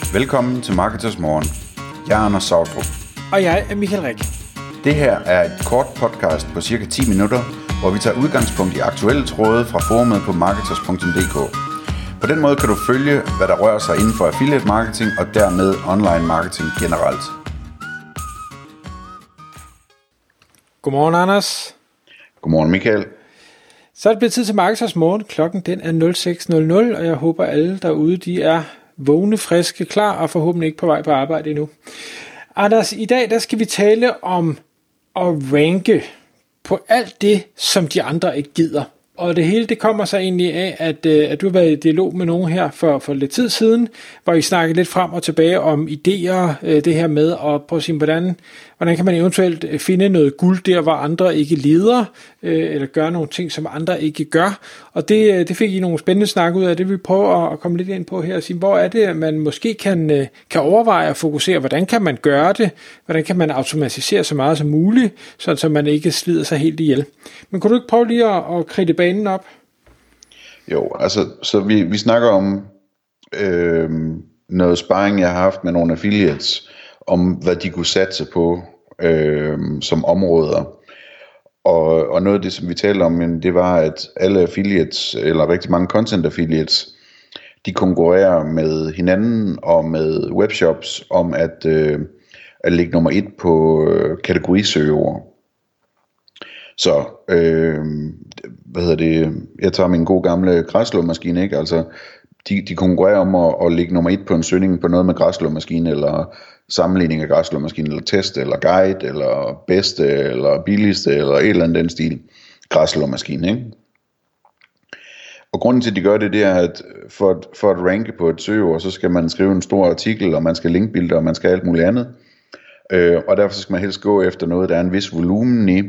Velkommen til Marketers Morgen. Jeg er Anders Sautrup. Og jeg er Michael Rik. Det her er et kort podcast på cirka 10 minutter, hvor vi tager udgangspunkt i aktuelle tråde fra forumet på marketers.dk. På den måde kan du følge, hvad der rører sig inden for affiliate marketing og dermed online marketing generelt. Godmorgen, Anders. Godmorgen, Michael. Så er det blevet tid til Marketers Morgen. Klokken den er 06.00, og jeg håber alle derude, de er vågne, friske, klar og forhåbentlig ikke på vej på arbejde endnu. Anders, i dag der skal vi tale om at ranke på alt det, som de andre ikke gider. Og det hele det kommer så egentlig af, at du har været i dialog med nogen her for lidt tid siden, hvor I snakkede lidt frem og tilbage om idéer, det her med at prøve at sige, hvordan kan man eventuelt finde noget guld der, hvor andre ikke leder, eller gøre nogle ting, som andre ikke gør. Og det fik I nogle spændende snak ud af, det vi prøver at komme lidt ind på her og sige, hvor er det, man måske kan overveje at fokusere, hvordan kan man gøre det, hvordan kan man automatisere så meget som muligt, så man ikke slider sig helt ihjel. Men kunne du ikke prøve lige at kridte banen op? Jo, altså, så vi snakker om noget sparring, jeg har haft med nogle affiliates, om hvad de kunne satse på som områder. Og noget af det, som vi talte om, det var, at alle affiliates, eller rigtig mange content affiliates, de konkurrerer med hinanden og med webshops om at ligge nummer 1 på kategorisøgeord. Så, jeg tager min gode gamle græsslåmaskine, ikke? Altså, de konkurrerer om at ligge nummer 1 på en søgning på noget med græsslåmaskine, eller sammenligning af græsslåmaskine, eller test, eller guide, eller bedste, eller billigste, eller et eller andet den stil. Græsslåmaskine, ikke? Og grunden til, at de gør det, det er, at for at ranke på et søgeord, så skal man skrive en stor artikel, og man skal linkbilder, og man skal alt muligt andet. Og derfor skal man helst gå efter noget, der er en vis volumen i,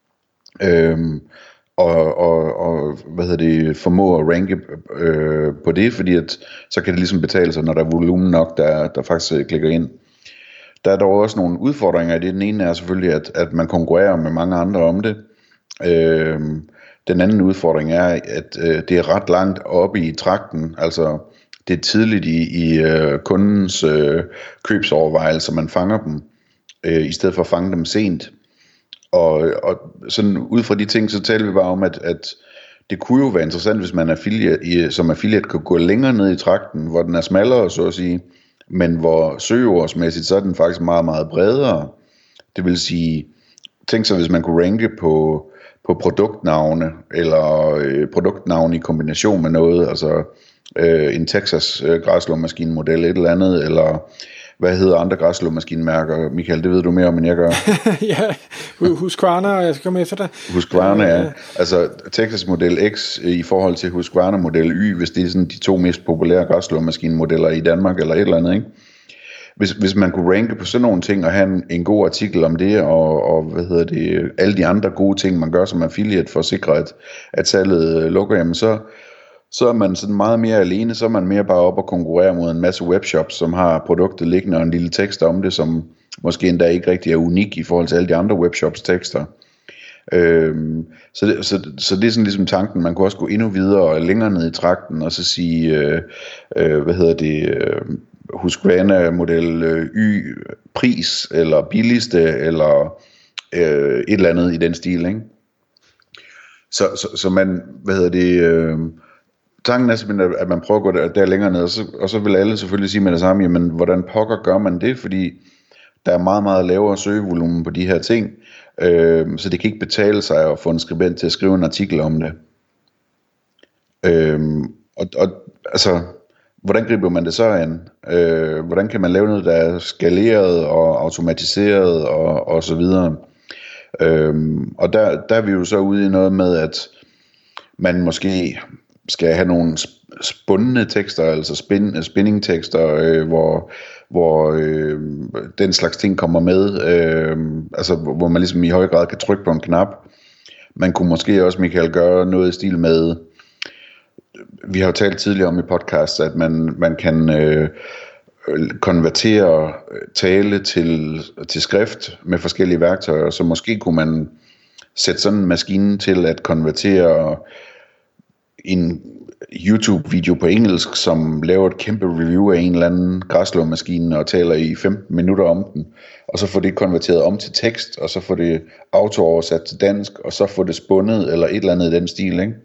formå at ranke på det, fordi at, så kan det ligesom betale sig, når der er volumen nok, der faktisk klikker ind. Der er dog også nogle udfordringer i det. Den ene er selvfølgelig, at man konkurrerer med mange andre om det. Den anden udfordring er, at det er ret langt oppe i trakten, altså det er tidligt i kundens købsovervejelser, man fanger dem, i stedet for at fange dem sent. Og sådan ud fra de ting, så taler vi bare om, at det kunne jo være interessant, hvis man som affiliate kan gå længere ned i trakten, hvor den er smallere, så at sige, men hvor søgeordsmæssigt, så er den faktisk meget, meget bredere. Det vil sige, tænk så, hvis man kunne ranke på produktnavne, eller produktnavne i kombination med noget, altså en Texas græsslåmaskine-model, et eller andet, eller hvad hedder andre græsslåmaskinmærker? Michael, det ved du mere om, end jeg gør. Ja, Husqvarna, og jeg skal komme efter dig. Husqvarna, ja. Altså Texas Model X i forhold til Husqvarna Model Y, hvis det er sådan de 2 mest populære græsslåmaskinmodeller i Danmark, eller et eller andet, ikke? Hvis man kunne ranke på sådan nogle ting, og have en god artikel om det, og alle de andre gode ting, man gør som affiliate, for at sikre, at salget lukker, jamen så er man sådan meget mere alene, så er man mere bare op og konkurrere mod en masse webshops, som har produktet liggende og en lille tekst om det, som måske endda ikke rigtig er unik i forhold til alle de andre webshops tekster. Så det er sådan ligesom tanken, man kunne også gå endnu videre og længere ned i trakten, og så sige, Husqvarna Model Y pris, eller billigste, eller et eller andet i den stil, ikke? Så man, tanken er simpelthen, at man prøver at gå der længere ned, og så vil alle selvfølgelig sige med det samme, jamen hvordan pokker gør man det, fordi der er meget, meget lavere søgevolumen på de her ting, så det kan ikke betale sig at få en skribent til at skrive en artikel om det. Altså, hvordan griber man det så an? Hvordan kan man lave noget, der er skaleret og automatiseret og så videre? Og der er vi jo så ude i noget med, at man måske skal have nogle spundne tekster, altså spinning-tekster, hvor den slags ting kommer med, altså hvor man ligesom i høj grad kan trykke på en knap. Man kunne måske også, Michael, gøre noget i stil med, vi har jo talt tidligere om i podcast, at man kan konvertere tale til skrift med forskellige værktøjer, så måske kunne man sætte sådan en maskine til at konvertere YouTube-video på engelsk, som laver et kæmpe review af en eller anden græsslåmaskine og taler i 15 minutter om den, og så får det konverteret om til tekst, og så får det auto-oversat til dansk, og så får det spundet, eller et eller andet i den stil, ikke?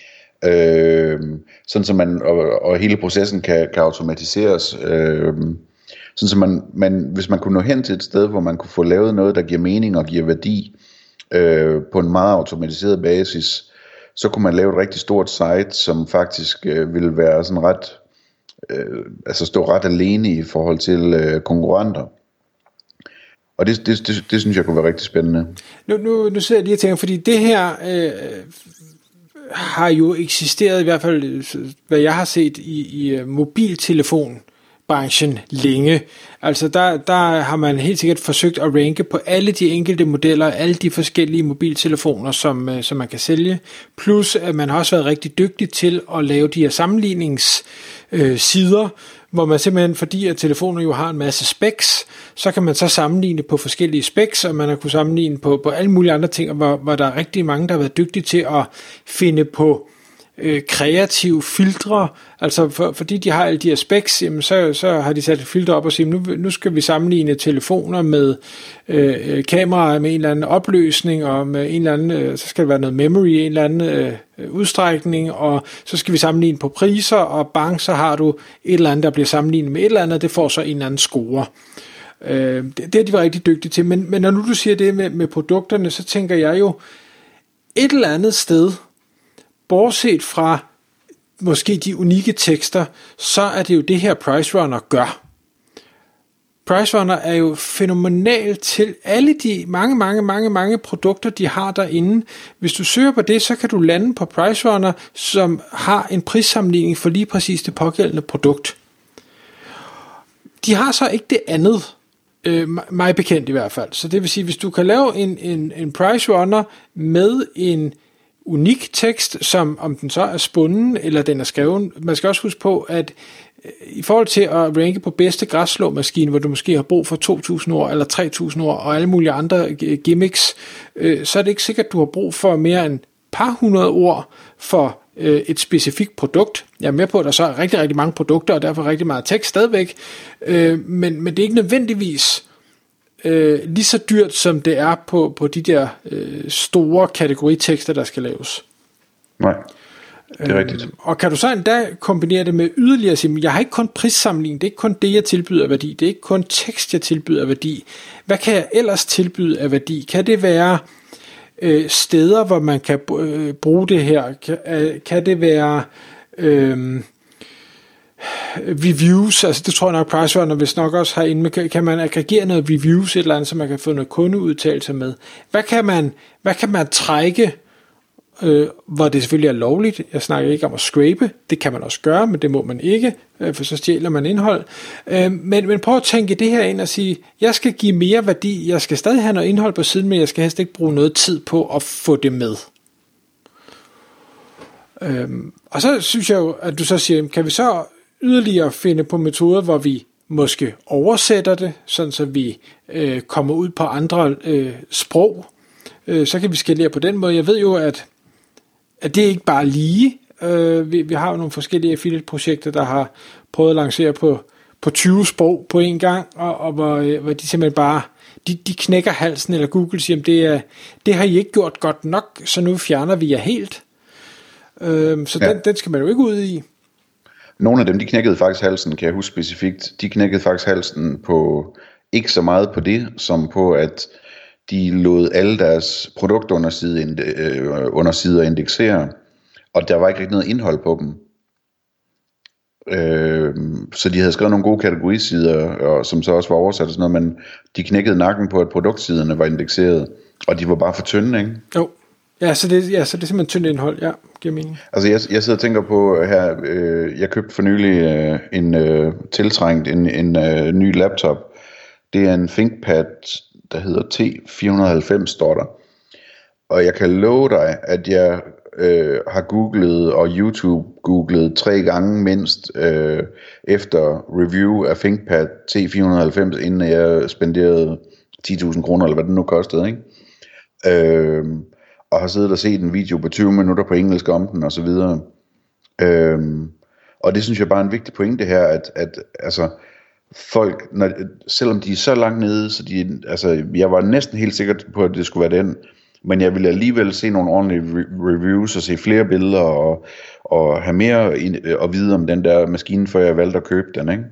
Sådan så man, og hele processen kan automatiseres, sådan så man, hvis man kunne nå hen til et sted, hvor man kunne få lavet noget, der giver mening og giver værdi, på en meget automatiseret basis, så kunne man lave et rigtig stort site, som faktisk ville være sådan ret, altså stå ret alene i forhold til konkurrenter. Og det synes jeg kunne være rigtig spændende. Nu sidder jeg lige og tænker, fordi det her har jo eksisteret, i hvert fald hvad jeg har set i mobiltelefonbranchen længe. Altså der har man helt sikkert forsøgt at ranke på alle de enkelte modeller, alle de forskellige mobiltelefoner, som man kan sælge. Plus at man har også været rigtig dygtig til at lave de her sammenligningssider, hvor man simpelthen, fordi at telefoner jo har en masse specs, så kan man så sammenligne på forskellige specs, og man har kunne sammenligne på alle mulige andre ting, hvor der er rigtig mange, der har været dygtige til at finde på kreative filtre, altså fordi de har alle de her specs, jamen så har de sat et filter op og siger, nu skal vi sammenligne telefoner med kameraer med en eller anden opløsning, og med en eller anden, så skal der være noget memory, en eller anden udstrækning, og så skal vi sammenligne på priser, og bang, så har du et eller andet, der bliver sammenlignet med et eller andet, det får så en eller anden score. Det er de var rigtig dygtige til, men når nu du siger det med produkterne, så tænker jeg jo, et eller andet sted, bortset fra måske de unikke tekster, så er det jo det her PriceRunner gør. PriceRunner er jo fænomenal til alle de mange produkter, de har derinde. Hvis du søger på det, så kan du lande på PriceRunner, som har en prissammenligning for lige præcis det pågældende produkt. De har så ikke det andet, mig bekendt i hvert fald. Så det vil sige, hvis du kan lave en PriceRunner med en unik tekst, som om den så er spunden, eller den er skrevet. Man skal også huske på, at i forhold til at ranke på bedste græsslåmaskine, hvor du måske har brug for 2.000 ord, eller 3.000 ord, og alle mulige andre gimmicks, så er det ikke sikkert, at du har brug for mere end par hundrede ord for et specifikt produkt. Jeg er med på, at der så er rigtig, rigtig mange produkter, og derfor rigtig meget tekst stadigvæk, men det er ikke nødvendigvis lige så dyrt, som det er på de der store kategoritekster, der skal laves. Nej, det er rigtigt. Og kan du så endda kombinere det med yderligere, sige, jeg har ikke kun prissammenligning, det er ikke kun det, jeg tilbyder af værdi, det er ikke kun tekst, jeg tilbyder af værdi. Hvad kan jeg ellers tilbyde af værdi? Kan det være steder, hvor man kan bruge det her? Kan det være reviews, altså det tror jeg nok PriceRunner hvis nok også har inde med, kan man aggregere noget reviews et eller andet, så man kan få noget kundeudtalelser med. Hvad kan man trække, hvor det selvfølgelig er lovligt? Jeg snakker ikke om at scrape, det kan man også gøre, men det må man ikke, for så stjæler man indhold. Men prøv at tænke det her ind og sige, jeg skal give mere værdi, jeg skal stadig have noget indhold på siden, men jeg skal helst ikke bruge noget tid på at få det med. Og så synes jeg jo, at du så siger, kan vi så yderligere finde på metoder, hvor vi måske oversætter det, sådan så vi kommer ud på andre sprog, så kan vi skalere på den måde. Jeg ved jo, at det ikke bare lige. Vi har jo nogle forskellige affiliate-projekter, der har prøvet at lancere på 20 sprog på en gang, og hvor de simpelthen bare de knækker halsen, eller Google siger, det har I ikke gjort godt nok, så nu fjerner vi jer helt. Så ja. Den skal man jo ikke ud i. Nogle af dem, de knækkede faktisk halsen, kan jeg huske specifikt. De knækkede faktisk halsen på ikke så meget på det, som på at de lod alle deres produktundersider indeksere, og der var ikke rigtig noget indhold på dem. Så de havde skrevet nogle gode kategorisider, og som så også var oversat og sådan noget, men de knækkede nakken på, at produktsiderne var indekseret, og de var bare for tynde, ikke? Jo. Ja, så det er simpelthen tyndt indhold, ja, giver mening. Altså jeg sidder og tænker på her, jeg købte for nylig tiltrængt en ny laptop. Det er en ThinkPad, der hedder T490, står der. Og jeg kan love dig, at jeg har googlet og YouTube-googlet 3 gange mindst efter review af ThinkPad T490, inden jeg spenderede 10.000 kroner, eller hvad det nu kostede, ikke? Og har siddet og set en video på 20 minutter på engelsk om den og så videre. Og det synes jeg bare er en vigtig pointe her, at altså, folk, selvom de er så langt nede, så jeg var næsten helt sikker på, at det skulle være den, men jeg ville alligevel se nogle ordentlige reviews og se flere billeder og have mere at vide om den der maskine, før jeg valgte at købe den, ikke?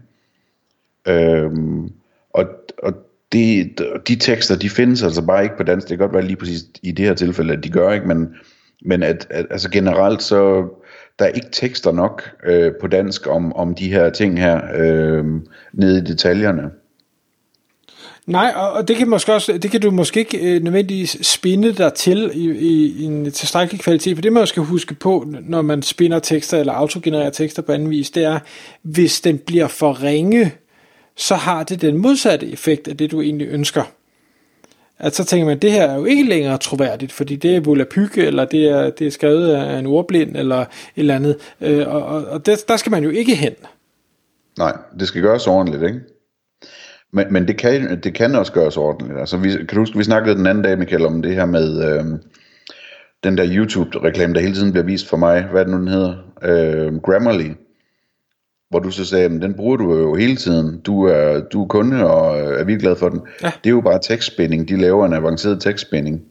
Og de tekster, de findes altså bare ikke på dansk. Det kan godt være lige præcis i det her tilfælde, at de gør, ikke, men at altså generelt så der er ikke tekster nok på dansk om de her ting her nede i detaljerne. Nej, og det kan du måske ikke nødvendigvis spinde dig til i en tilstrækkelig kvalitet, for det man skal huske på, når man spinder tekster eller autogenererer tekster på anden vis, det er, hvis den bliver for ringe, så har det den modsatte effekt af det, du egentlig ønsker. At så tænker man, det her er jo ikke længere troværdigt, fordi det er volapyk, eller det er skrevet af en ordblind, eller et eller andet. Og der skal man jo ikke hen. Nej, det skal gøres ordentligt, ikke? Men det kan også gøres ordentligt. Altså, kan du huske, vi snakkede den anden dag, Michael, om det her med den der YouTube-reklame, der hele tiden bliver vist for mig. Hvad er det nu, den hedder? Grammarly. Hvor du så sagde, den bruger du jo hele tiden. Du er kunde og er virkelig glad for den. Ja. Det er jo bare tekstspænding. De laver en avanceret tekstspænding.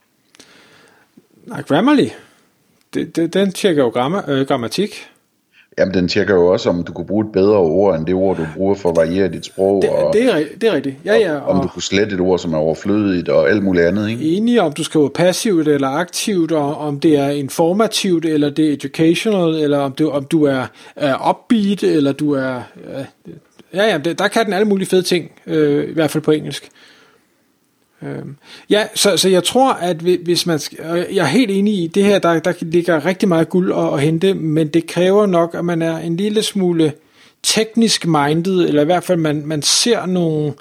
Nej, Grammarly. Den tjekker jo grammatik. Jamen, den tjekker jo også, om du kunne bruge et bedre ord, end det ord, du bruger for at variere dit sprog. Det er rigtigt. Ja, om du kunne slette et ord, som er overflødigt, og alt muligt andet, ikke? Enig, om du skriver passivt eller aktivt, og om det er informativt, eller det er educational, eller om du er upbeat, eller du er... der kan den alle mulige fede ting, i hvert fald på engelsk. Så jeg tror, at hvis man jeg er helt enig i det her, der ligger rigtig meget guld at hente, men det kræver nok, at man er en lille smule teknisk minded, eller i hvert fald man ser nogle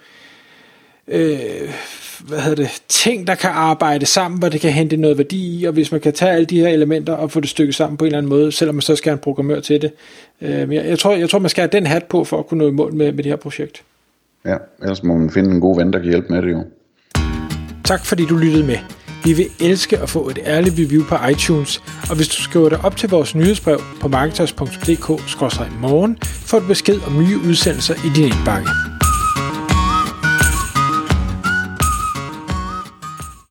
ting, der kan arbejde sammen, hvor det kan hente noget værdi i, og hvis man kan tage alle de her elementer og få det stykket sammen på en eller anden måde, selvom man så skal have en programmør til det. Jeg tror man skal have den hat på for at kunne nå i mål med det her projekt. Ja, ellers må man finde en god ven, der kan hjælpe med det jo. Tak fordi du lyttede med. Vi vil elske at få et ærligt review på iTunes, og hvis du skriver dig op til vores nyhedsbrev på marketers.dk/morgen, får du besked om nye udsendelser i din indbakke.